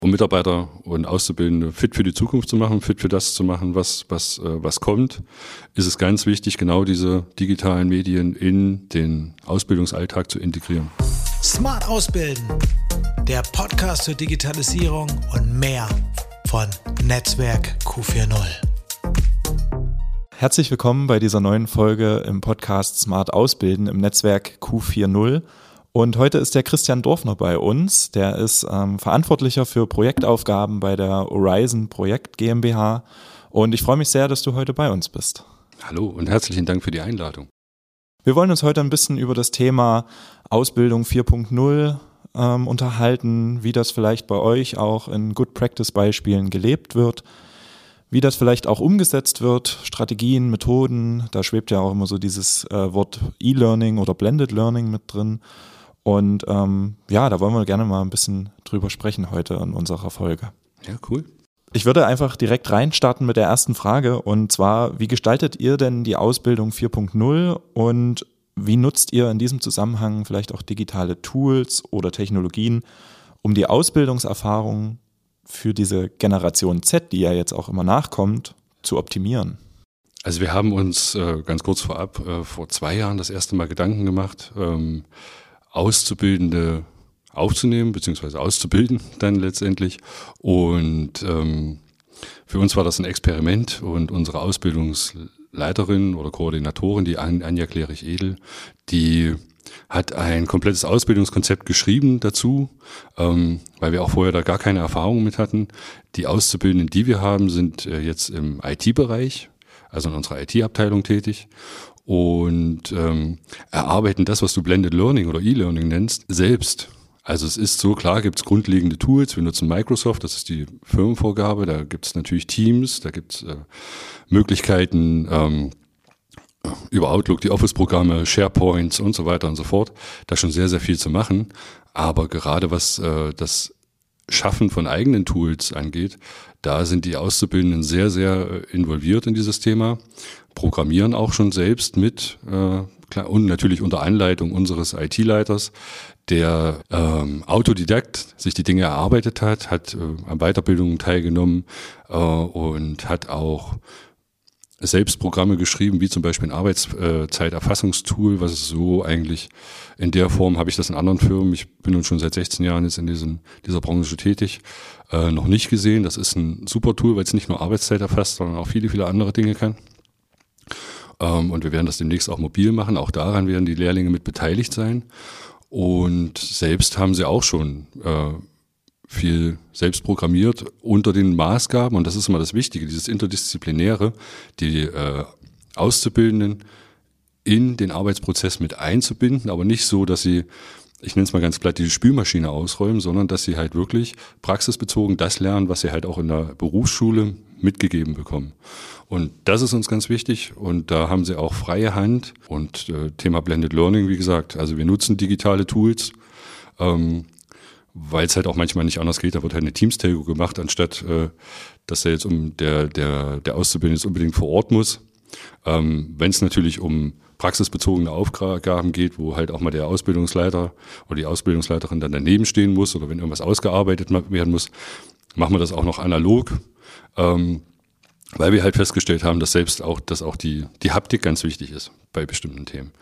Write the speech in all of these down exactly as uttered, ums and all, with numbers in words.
um Mitarbeiter und Auszubildende fit für die Zukunft zu machen, fit für das zu machen, was, was, äh, was kommt, ist es ganz wichtig, genau diese digitalen Medien in den Ausbildungsalltag zu integrieren. Smart Ausbilden, der Podcast zur Digitalisierung und mehr von Netzwerk Q vier null. Herzlich willkommen bei dieser neuen Folge im Podcast Smart Ausbilden im Netzwerk Q vier null. Und heute ist der Christian Dorfner bei uns. Der ist ähm, Verantwortlicher für Projektaufgaben bei der Horizon Projekt GmbH. Und ich freue mich sehr, dass du heute bei uns bist. Hallo und herzlichen Dank für die Einladung. Wir wollen uns heute ein bisschen über das Thema Ausbildung vier Punkt null ähm, unterhalten, wie das vielleicht bei euch auch in Good Practice Beispielen gelebt wird, wie das vielleicht auch umgesetzt wird, Strategien, Methoden. Da schwebt ja auch immer so dieses äh, Wort E-Learning oder Blended Learning mit drin. Und ähm, ja, da wollen wir gerne mal ein bisschen drüber sprechen heute in unserer Folge. Ja, cool. Ich würde einfach direkt reinstarten mit der ersten Frage, und zwar, wie gestaltet ihr denn die Ausbildung vier Punkt null und wie nutzt ihr in diesem Zusammenhang vielleicht auch digitale Tools oder Technologien, um die Ausbildungserfahrung für diese Generation Z, die ja jetzt auch immer nachkommt, zu optimieren? Also wir haben uns äh, ganz kurz vorab äh, vor zwei Jahren das erste Mal Gedanken gemacht, ähm, Auszubildende aufzunehmen, beziehungsweise auszubilden dann letztendlich. Und ähm, für uns war das ein Experiment und unsere Ausbildungsleiterin oder Koordinatorin, die Anja Klerich-Edel, die hat ein komplettes Ausbildungskonzept geschrieben dazu, ähm, weil wir auch vorher da gar keine Erfahrung mit hatten. Die Auszubildenden, die wir haben, sind äh, jetzt im I T-Bereich, also in unserer I T-Abteilung tätig. Und ähm, erarbeiten das, was du Blended Learning oder E-Learning nennst, selbst. Also es ist so, klar gibt es grundlegende Tools, wir nutzen Microsoft, das ist die Firmenvorgabe, da gibt es natürlich Teams, da gibt es äh, Möglichkeiten ähm, über Outlook, die Office-Programme, SharePoints und so weiter und so fort, da schon sehr, sehr viel zu machen. Aber gerade was äh, das Schaffen von eigenen Tools angeht, da sind die Auszubildenden sehr, sehr involviert in dieses Thema, programmieren auch schon selbst mit äh, klar, und natürlich unter Anleitung unseres I T-Leiters, der ähm, Autodidakt sich die Dinge erarbeitet hat, hat äh, an Weiterbildungen teilgenommen äh, und hat auch selbst Programme geschrieben, wie zum Beispiel ein Arbeitszeiterfassungstool, was es so eigentlich in der Form, habe ich das in anderen Firmen, ich bin nun schon seit sechzehn Jahren jetzt in diesem, dieser Branche tätig, äh, noch nicht gesehen. Das ist ein super Tool, weil es nicht nur Arbeitszeit erfasst, sondern auch viele, viele andere Dinge kann. Ähm, und wir werden das demnächst auch mobil machen. Auch daran werden die Lehrlinge mit beteiligt sein. Und selbst haben sie auch schon äh, viel selbst programmiert unter den Maßgaben, und das ist immer das Wichtige, dieses Interdisziplinäre, die äh, Auszubildenden in den Arbeitsprozess mit einzubinden, aber nicht so, dass sie, ich nenne es mal ganz platt, die Spülmaschine ausräumen, sondern dass sie halt wirklich praxisbezogen das lernen, was sie halt auch in der Berufsschule mitgegeben bekommen. Und das ist uns ganz wichtig, und da haben sie auch freie Hand. Und äh, Thema Blended Learning, wie gesagt, also wir nutzen digitale Tools, ähm, weil es halt auch manchmal nicht anders geht. Da wird halt eine Teams-Telco gemacht, anstatt äh, dass er jetzt um der der der Auszubildende jetzt unbedingt vor Ort muss. Ähm, wenn es natürlich um praxisbezogene Aufgaben geht, wo halt auch mal der Ausbildungsleiter oder die Ausbildungsleiterin dann daneben stehen muss, oder wenn irgendwas ausgearbeitet werden muss, machen wir das auch noch analog, ähm, weil wir halt festgestellt haben, dass selbst auch dass auch die die Haptik ganz wichtig ist bei bestimmten Themen.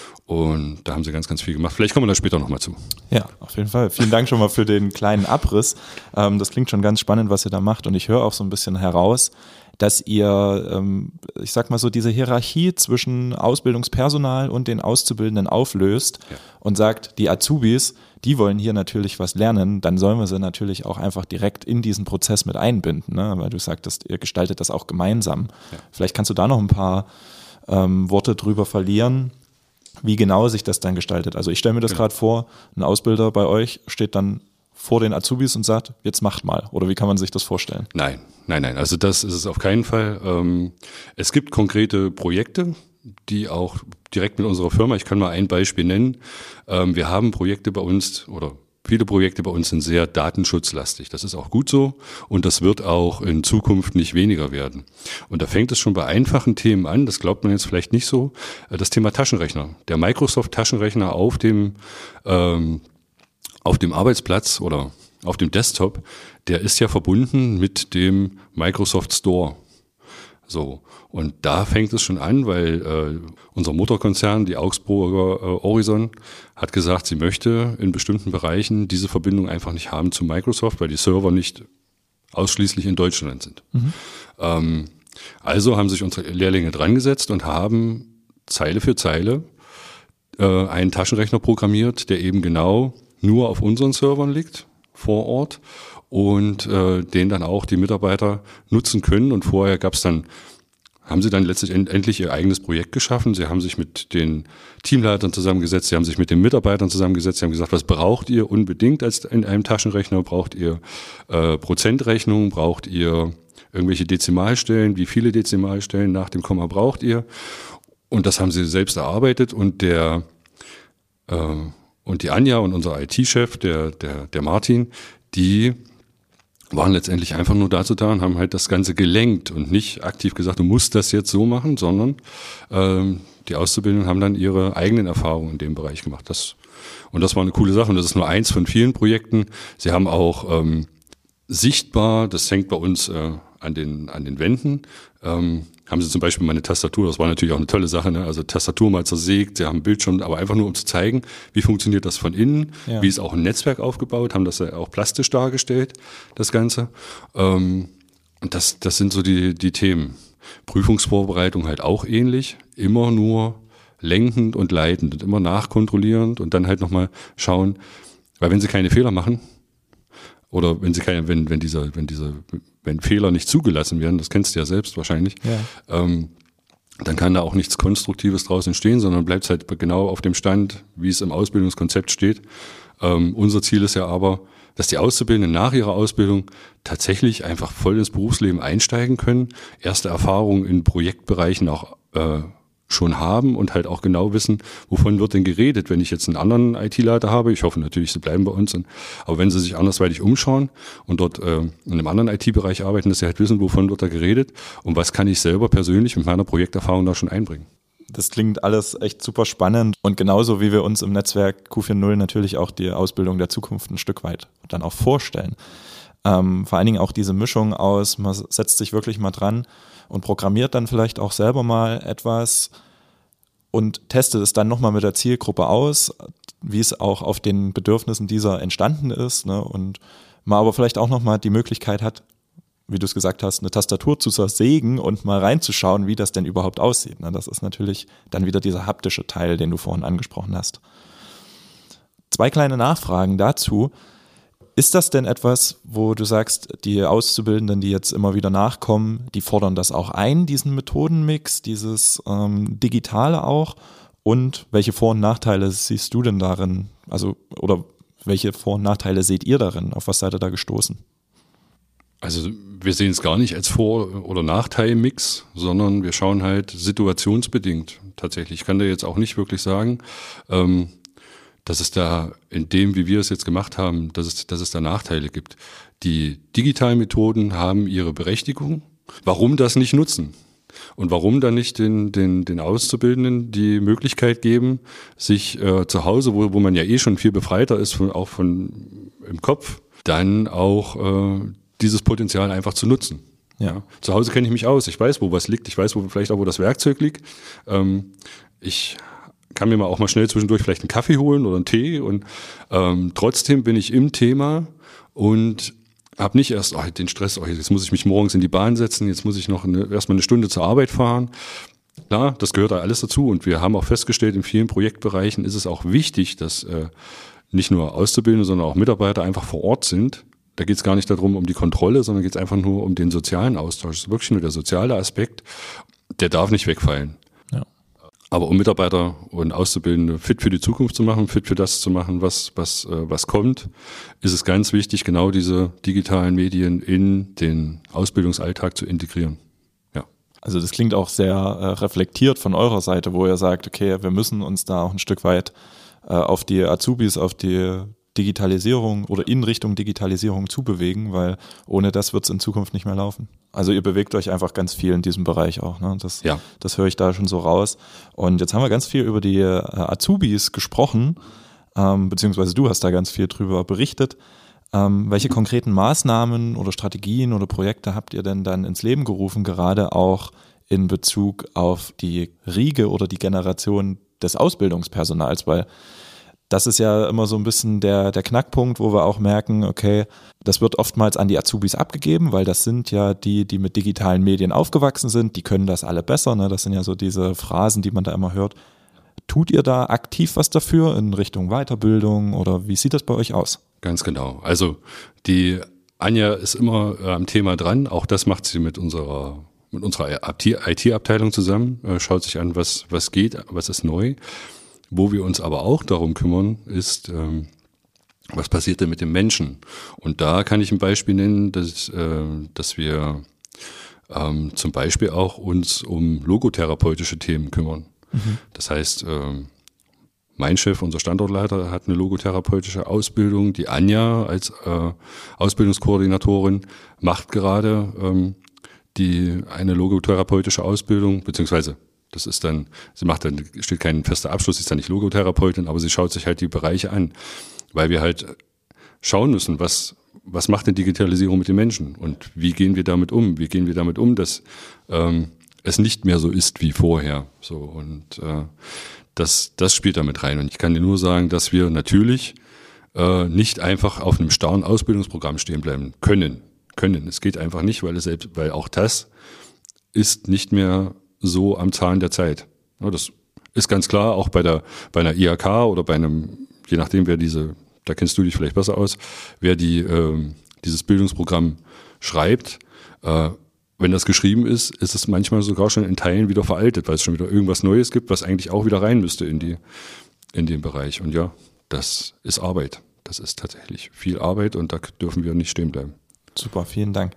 Und da haben sie ganz, ganz viel gemacht. Vielleicht kommen wir da später nochmal zu. Ja, auf jeden Fall. Vielen Dank schon mal für den kleinen Abriss. Ähm, das klingt schon ganz spannend, was ihr da macht. Und ich höre auch so ein bisschen heraus, dass ihr, ähm, ich sag mal so, diese Hierarchie zwischen Ausbildungspersonal und den Auszubildenden auflöst, ja, und sagt, die Azubis, die wollen hier natürlich was lernen, dann sollen wir sie natürlich auch einfach direkt in diesen Prozess mit einbinden, ne? Weil du sagtest, ihr gestaltet das auch gemeinsam. Ja. Vielleicht kannst du da noch ein paar ähm, Worte drüber verlieren, wie genau sich das dann gestaltet. Also ich stelle mir das gerade vor, ein Ausbilder bei euch steht dann vor den Azubis und sagt, jetzt macht mal. Oder wie kann man sich das vorstellen? Nein, nein, nein. Also das ist es auf keinen Fall. Ähm, es gibt konkrete Projekte, die auch direkt mit unserer Firma, ich kann mal ein Beispiel nennen. Ähm, wir haben Projekte bei uns oder Viele Projekte bei uns sind sehr datenschutzlastig. Das ist auch gut so, und das wird auch in Zukunft nicht weniger werden. Und da fängt es schon bei einfachen Themen an, das glaubt man jetzt vielleicht nicht so, das Thema Taschenrechner. Der Microsoft Taschenrechner auf dem, ähm, auf dem Arbeitsplatz oder auf dem Desktop, der ist ja verbunden mit dem Microsoft Store. So, und da fängt es schon an, weil äh, unser Mutterkonzern, die Augsburger äh, Horizon, hat gesagt, sie möchte in bestimmten Bereichen diese Verbindung einfach nicht haben zu Microsoft, weil die Server nicht ausschließlich in Deutschland sind. Mhm. Ähm, also haben sich unsere Lehrlinge dran gesetzt und haben Zeile für Zeile äh, einen Taschenrechner programmiert, der eben genau nur auf unseren Servern liegt, vor Ort, und äh, den dann auch die Mitarbeiter nutzen können. Und vorher gab es dann, haben sie dann letztlich end, endlich ihr eigenes Projekt geschaffen. Sie haben sich mit den Teamleitern zusammengesetzt, sie haben sich mit den Mitarbeitern zusammengesetzt, sie haben gesagt, was braucht ihr unbedingt als in einem Taschenrechner? Braucht ihr äh, Prozentrechnung? Braucht ihr irgendwelche Dezimalstellen? Wie viele Dezimalstellen nach dem Komma braucht ihr? Und das haben sie selbst erarbeitet, und der äh, und die Anja und unser I T-Chef, der, der, der Martin, die waren letztendlich einfach nur dazu da und haben halt das Ganze gelenkt und nicht aktiv gesagt, du musst das jetzt so machen, sondern ähm, die Auszubildenden haben dann ihre eigenen Erfahrungen in dem Bereich gemacht. Das, und das war eine coole Sache, und das ist nur eins von vielen Projekten. Sie haben auch ähm, sichtbar, das hängt bei uns äh, an den, an den Wänden, ähm, haben sie zum Beispiel meine Tastatur, das war natürlich auch eine tolle Sache, ne? Also Tastatur mal zersägt, sie haben Bildschirm, aber einfach nur um zu zeigen, wie funktioniert das von innen, ja. Wie ist auch ein Netzwerk aufgebaut, haben das ja auch plastisch dargestellt, das Ganze. Ähm, und das, das sind so die, die Themen. Prüfungsvorbereitung halt auch ähnlich, immer nur lenkend und leitend und immer nachkontrollierend und dann halt nochmal schauen, weil wenn sie keine Fehler machen, oder wenn sie keine, wenn, wenn dieser, wenn dieser, wenn Fehler nicht zugelassen werden, das kennst du ja selbst wahrscheinlich, ja. ähm, dann kann da auch nichts Konstruktives draus entstehen, sondern bleibt halt genau auf dem Stand, wie es im Ausbildungskonzept steht. Ähm, unser Ziel ist ja aber, dass die Auszubildenden nach ihrer Ausbildung tatsächlich einfach voll ins Berufsleben einsteigen können, erste Erfahrungen in Projektbereichen auch äh, schon haben und halt auch genau wissen, wovon wird denn geredet, wenn ich jetzt einen anderen I T-Leiter habe. Ich hoffe natürlich, sie bleiben bei uns. Und, aber wenn sie sich andersweitig umschauen und dort äh, in einem anderen I T-Bereich arbeiten, dass sie halt wissen, wovon wird da geredet und was kann ich selber persönlich mit meiner Projekterfahrung da schon einbringen. Das klingt alles echt super spannend, und genauso wie wir uns im Netzwerk Q vier null natürlich auch die Ausbildung der Zukunft ein Stück weit dann auch vorstellen. Ähm, vor allen Dingen auch diese Mischung aus, man setzt sich wirklich mal dran und programmiert dann vielleicht auch selber mal etwas und testet es dann nochmal mit der Zielgruppe aus, wie es auch auf den Bedürfnissen dieser entstanden ist, ne? Und man aber vielleicht auch nochmal die Möglichkeit hat, wie du es gesagt hast, eine Tastatur zu zersägen und mal reinzuschauen, wie das denn überhaupt aussieht. Ne? Das ist natürlich dann wieder dieser haptische Teil, den du vorhin angesprochen hast. Zwei kleine Nachfragen dazu. Ist das denn etwas, wo du sagst, die Auszubildenden, die jetzt immer wieder nachkommen, die fordern das auch ein, diesen Methodenmix, dieses ähm, Digitale auch? Und welche Vor- und Nachteile siehst du denn darin? Also, oder welche Vor- und Nachteile seht ihr darin? Auf was seid ihr da gestoßen? Also wir sehen es gar nicht als Vor- oder Nachteilmix, sondern wir schauen halt situationsbedingt tatsächlich. Ich kann dir jetzt auch nicht wirklich sagen, ähm, dass es da in dem, wie wir es jetzt gemacht haben, dass es, dass es da Nachteile gibt. Die digitalen Methoden haben ihre Berechtigung. Warum das nicht nutzen? Und warum dann nicht den, den, den Auszubildenden die Möglichkeit geben, sich äh, zu Hause, wo, wo man ja eh schon viel befreiter ist, von, auch von im Kopf, dann auch äh, dieses Potenzial einfach zu nutzen. Ja. Zu Hause kenne ich mich aus, ich weiß, wo was liegt, ich weiß, wo vielleicht auch, wo das Werkzeug liegt. Ähm, ich kann mir mal auch mal schnell zwischendurch vielleicht einen Kaffee holen oder einen Tee, und ähm, trotzdem bin ich im Thema und habe nicht erst oh, den Stress, oh, jetzt muss ich mich morgens in die Bahn setzen, jetzt muss ich noch eine, erstmal eine Stunde zur Arbeit fahren. Klar, das gehört da alles dazu, und wir haben auch festgestellt, in vielen Projektbereichen ist es auch wichtig, dass äh, nicht nur Auszubildende, sondern auch Mitarbeiter einfach vor Ort sind. Da geht es gar nicht darum, um die Kontrolle, sondern geht es einfach nur um den sozialen Austausch. Es ist wirklich nur der soziale Aspekt, der darf nicht wegfallen. Ja. Aber um Mitarbeiter und Auszubildende fit für die Zukunft zu machen, fit für das zu machen, was, was, äh, was kommt, ist es ganz wichtig, genau diese digitalen Medien in den Ausbildungsalltag zu integrieren. Ja. Also das klingt auch sehr äh, reflektiert von eurer Seite, wo ihr sagt, okay, wir müssen uns da auch ein Stück weit äh, auf die Azubis, auf die Digitalisierung oder in Richtung Digitalisierung zubewegen, weil ohne das wird es in Zukunft nicht mehr laufen. Also ihr bewegt euch einfach ganz viel in diesem Bereich auch. Ne? Das, ja. das höre ich da schon so raus. Und jetzt haben wir ganz viel über die äh, Azubis gesprochen, ähm, beziehungsweise du hast da ganz viel drüber berichtet. Ähm, welche konkreten Maßnahmen oder Strategien oder Projekte habt ihr denn dann ins Leben gerufen, gerade auch in Bezug auf die Riege oder die Generation des Ausbildungspersonals? Weil das ist ja immer so ein bisschen der, der Knackpunkt, wo wir auch merken, okay, das wird oftmals an die Azubis abgegeben, weil das sind ja die, die mit digitalen Medien aufgewachsen sind, die können das alle besser, ne? Das sind ja so diese Phrasen, die man da immer hört. Tut ihr da aktiv was dafür in Richtung Weiterbildung oder wie sieht das bei euch aus? Ganz genau. Also die Anja ist immer äh, am Thema dran, auch das macht sie mit unserer mit unserer I T-Abteilung zusammen, äh, schaut sich an, was, was geht, was ist neu. Wo wir uns aber auch darum kümmern, ist, ähm, was passiert denn mit dem Menschen? Und da kann ich ein Beispiel nennen, dass, äh, dass wir ähm, zum Beispiel auch uns um logotherapeutische Themen kümmern. Mhm. Das heißt, äh, mein Chef, unser Standortleiter, hat eine logotherapeutische Ausbildung. Die Anja als äh, Ausbildungskoordinatorin macht gerade ähm, die eine logotherapeutische Ausbildung, beziehungsweise das ist dann, sie macht dann, steht kein fester Abschluss, sie ist dann nicht Logotherapeutin, aber sie schaut sich halt die Bereiche an, weil wir halt schauen müssen, was, was macht denn Digitalisierung mit den Menschen und wie gehen wir damit um? Wie gehen wir damit um, dass ähm, es nicht mehr so ist wie vorher? So und äh, das, das spielt damit rein. Und ich kann dir nur sagen, dass wir natürlich äh, nicht einfach auf einem starren Ausbildungsprogramm stehen bleiben können. Können. Es geht einfach nicht, weil es selbst, weil auch das ist nicht mehr so am Zahn der Zeit. Ja, das ist ganz klar, auch bei der bei einer I H K oder bei einem, je nachdem wer diese, da kennst du dich vielleicht besser aus, wer die äh, dieses Bildungsprogramm schreibt, äh, wenn das geschrieben ist, ist es manchmal sogar schon in Teilen wieder veraltet, weil es schon wieder irgendwas Neues gibt, was eigentlich auch wieder rein müsste in die in den Bereich. Und ja, das ist Arbeit. Das ist tatsächlich viel Arbeit und da dürfen wir nicht stehen bleiben. Super, vielen Dank.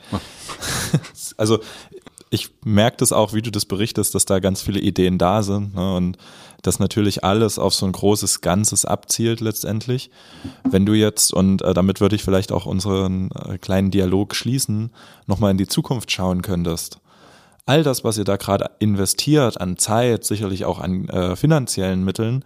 Also ich merke das auch, wie du das berichtest, dass da ganz viele Ideen da sind, ne, und dass natürlich alles auf so ein großes Ganzes abzielt letztendlich. Wenn du jetzt, und äh, damit würde ich vielleicht auch unseren äh, kleinen Dialog schließen, nochmal in die Zukunft schauen könntest. All das, was ihr da gerade investiert an Zeit, sicherlich auch an äh, finanziellen Mitteln,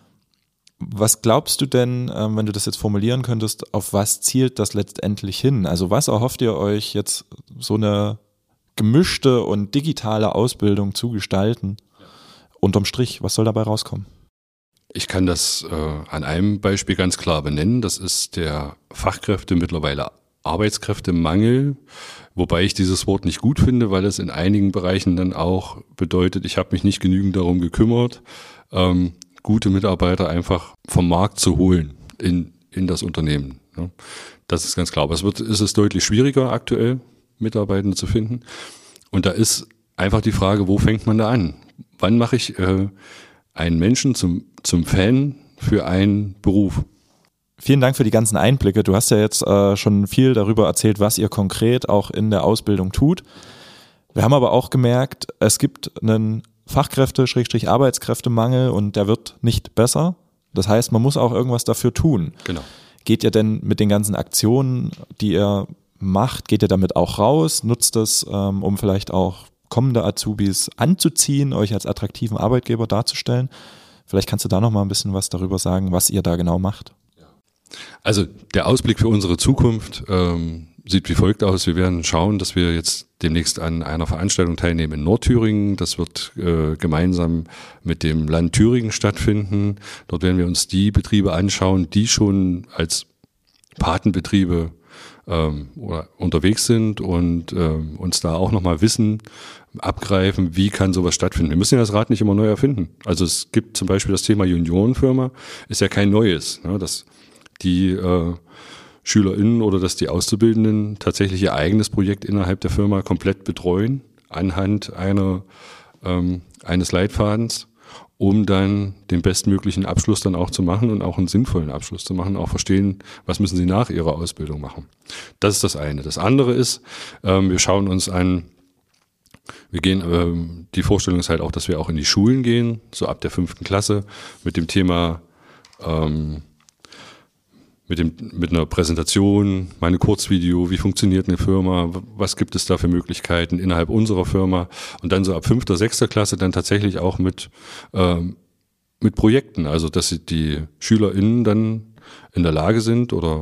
was glaubst du denn, ähm, wenn du das jetzt formulieren könntest, auf was zielt das letztendlich hin? Also was erhofft ihr euch jetzt so eine gemischte und digitale Ausbildung zu gestalten? Unterm Strich, was soll dabei rauskommen? Ich kann das äh, an einem Beispiel ganz klar benennen. Das ist der Fachkräfte, mittlerweile Arbeitskräftemangel, wobei ich dieses Wort nicht gut finde, weil es in einigen Bereichen dann auch bedeutet, ich habe mich nicht genügend darum gekümmert, ähm, gute Mitarbeiter einfach vom Markt zu holen in, in das Unternehmen. Ja. Das ist ganz klar. Aber es wird, ist es deutlich schwieriger aktuell, Mitarbeitende zu finden. Und da ist einfach die Frage, wo fängt man da an? Wann mache ich äh, einen Menschen zum, zum Fan für einen Beruf? Vielen Dank für die ganzen Einblicke. Du hast ja jetzt äh, schon viel darüber erzählt, was ihr konkret auch in der Ausbildung tut. Wir haben aber auch gemerkt, es gibt einen Fachkräfte-Arbeitskräftemangel und der wird nicht besser. Das heißt, man muss auch irgendwas dafür tun. Genau. Geht ihr denn mit den ganzen Aktionen, die ihr macht, geht ihr damit auch raus? Nutzt das, ähm, um vielleicht auch kommende Azubis anzuziehen, euch als attraktiven Arbeitgeber darzustellen? Vielleicht kannst du da noch mal ein bisschen was darüber sagen, was ihr da genau macht. Also der Ausblick für unsere Zukunft ähm, sieht wie folgt aus. Wir werden schauen, dass wir jetzt demnächst an einer Veranstaltung teilnehmen in Nordthüringen. Das wird äh, gemeinsam mit dem Land Thüringen stattfinden. Dort werden wir uns die Betriebe anschauen, die schon als Patenbetriebe ähm, oder unterwegs sind und ähm, uns da auch nochmal Wissen abgreifen, wie kann sowas stattfinden. Wir müssen ja das Rad nicht immer neu erfinden. Also es gibt zum Beispiel das Thema Juniorenfirma, ist ja kein neues. Ne? Das die äh, SchülerInnen oder dass die Auszubildenden tatsächlich ihr eigenes Projekt innerhalb der Firma komplett betreuen, anhand einer ähm, eines Leitfadens, um dann den bestmöglichen Abschluss dann auch zu machen und auch einen sinnvollen Abschluss zu machen, auch verstehen, was müssen sie nach ihrer Ausbildung machen. Das ist das eine. Das andere ist, ähm, wir schauen uns an, wir gehen, ähm, die Vorstellung ist halt auch, dass wir auch in die Schulen gehen, so ab der fünften Klasse, mit dem Thema ähm, mit dem, mit einer Präsentation, meine Kurzvideo, wie funktioniert eine Firma, was gibt es da für Möglichkeiten innerhalb unserer Firma und dann so ab fünfter, sechster Klasse dann tatsächlich auch mit, ähm, mit Projekten, also dass die SchülerInnen dann in der Lage sind oder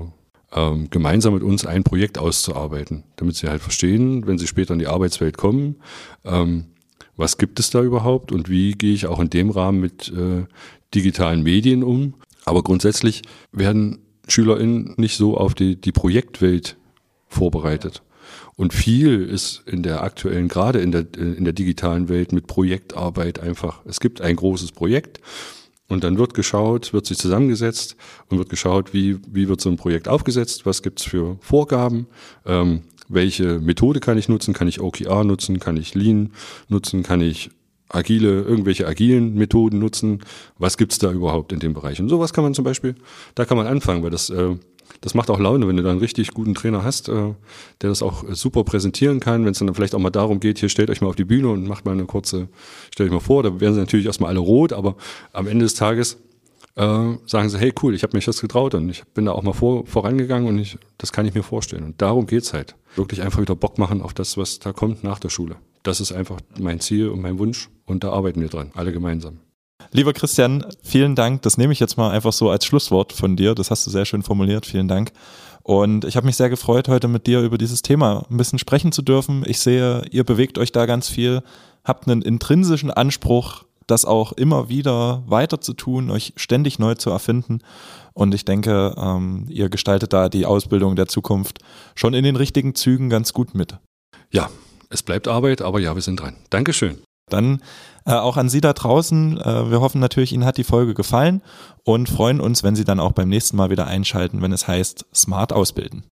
ähm, gemeinsam mit uns ein Projekt auszuarbeiten, damit sie halt verstehen, wenn sie später in die Arbeitswelt kommen, ähm, was gibt es da überhaupt und wie gehe ich auch in dem Rahmen mit äh, digitalen Medien um. Aber grundsätzlich werden SchülerInnen nicht so auf die, die Projektwelt vorbereitet. Und viel ist in der aktuellen, gerade in der, in der digitalen Welt mit Projektarbeit einfach. Es gibt ein großes Projekt und dann wird geschaut, wird sich zusammengesetzt und wird geschaut, wie, wie wird so ein Projekt aufgesetzt, was gibt's für Vorgaben, ähm, welche Methode kann ich nutzen, kann ich O K R nutzen, kann ich Lean nutzen, kann ich agile, irgendwelche agilen Methoden nutzen, was gibt's da überhaupt in dem Bereich? Und sowas kann man zum Beispiel, da kann man anfangen, weil das, äh, das macht auch Laune, wenn du da einen richtig guten Trainer hast, äh, der das auch super präsentieren kann, wenn es dann vielleicht auch mal darum geht, hier stellt euch mal auf die Bühne und macht mal eine kurze, stellt euch mal vor, da werden sie natürlich erstmal alle rot, aber am Ende des Tages äh, sagen sie, hey cool, ich habe mich das getraut und ich bin da auch mal vor, vorangegangen und ich, das kann ich mir vorstellen. Und darum geht's halt. Wirklich einfach wieder Bock machen auf das, was da kommt nach der Schule. Das ist einfach mein Ziel und mein Wunsch und da arbeiten wir dran, alle gemeinsam. Lieber Christian, vielen Dank. Das nehme ich jetzt mal einfach so als Schlusswort von dir. Das hast du sehr schön formuliert. Vielen Dank. Und ich habe mich sehr gefreut, heute mit dir über dieses Thema ein bisschen sprechen zu dürfen. Ich sehe, ihr bewegt euch da ganz viel, habt einen intrinsischen Anspruch, das auch immer wieder weiter zu tun, euch ständig neu zu erfinden. Und ich denke, ähm, ihr gestaltet da die Ausbildung der Zukunft schon in den richtigen Zügen ganz gut mit. Ja, es bleibt Arbeit, aber ja, wir sind dran. Dankeschön. Dann äh, auch an Sie da draußen. Äh, wir hoffen natürlich, Ihnen hat die Folge gefallen und freuen uns, wenn Sie dann auch beim nächsten Mal wieder einschalten, wenn es heißt Smart Ausbilden.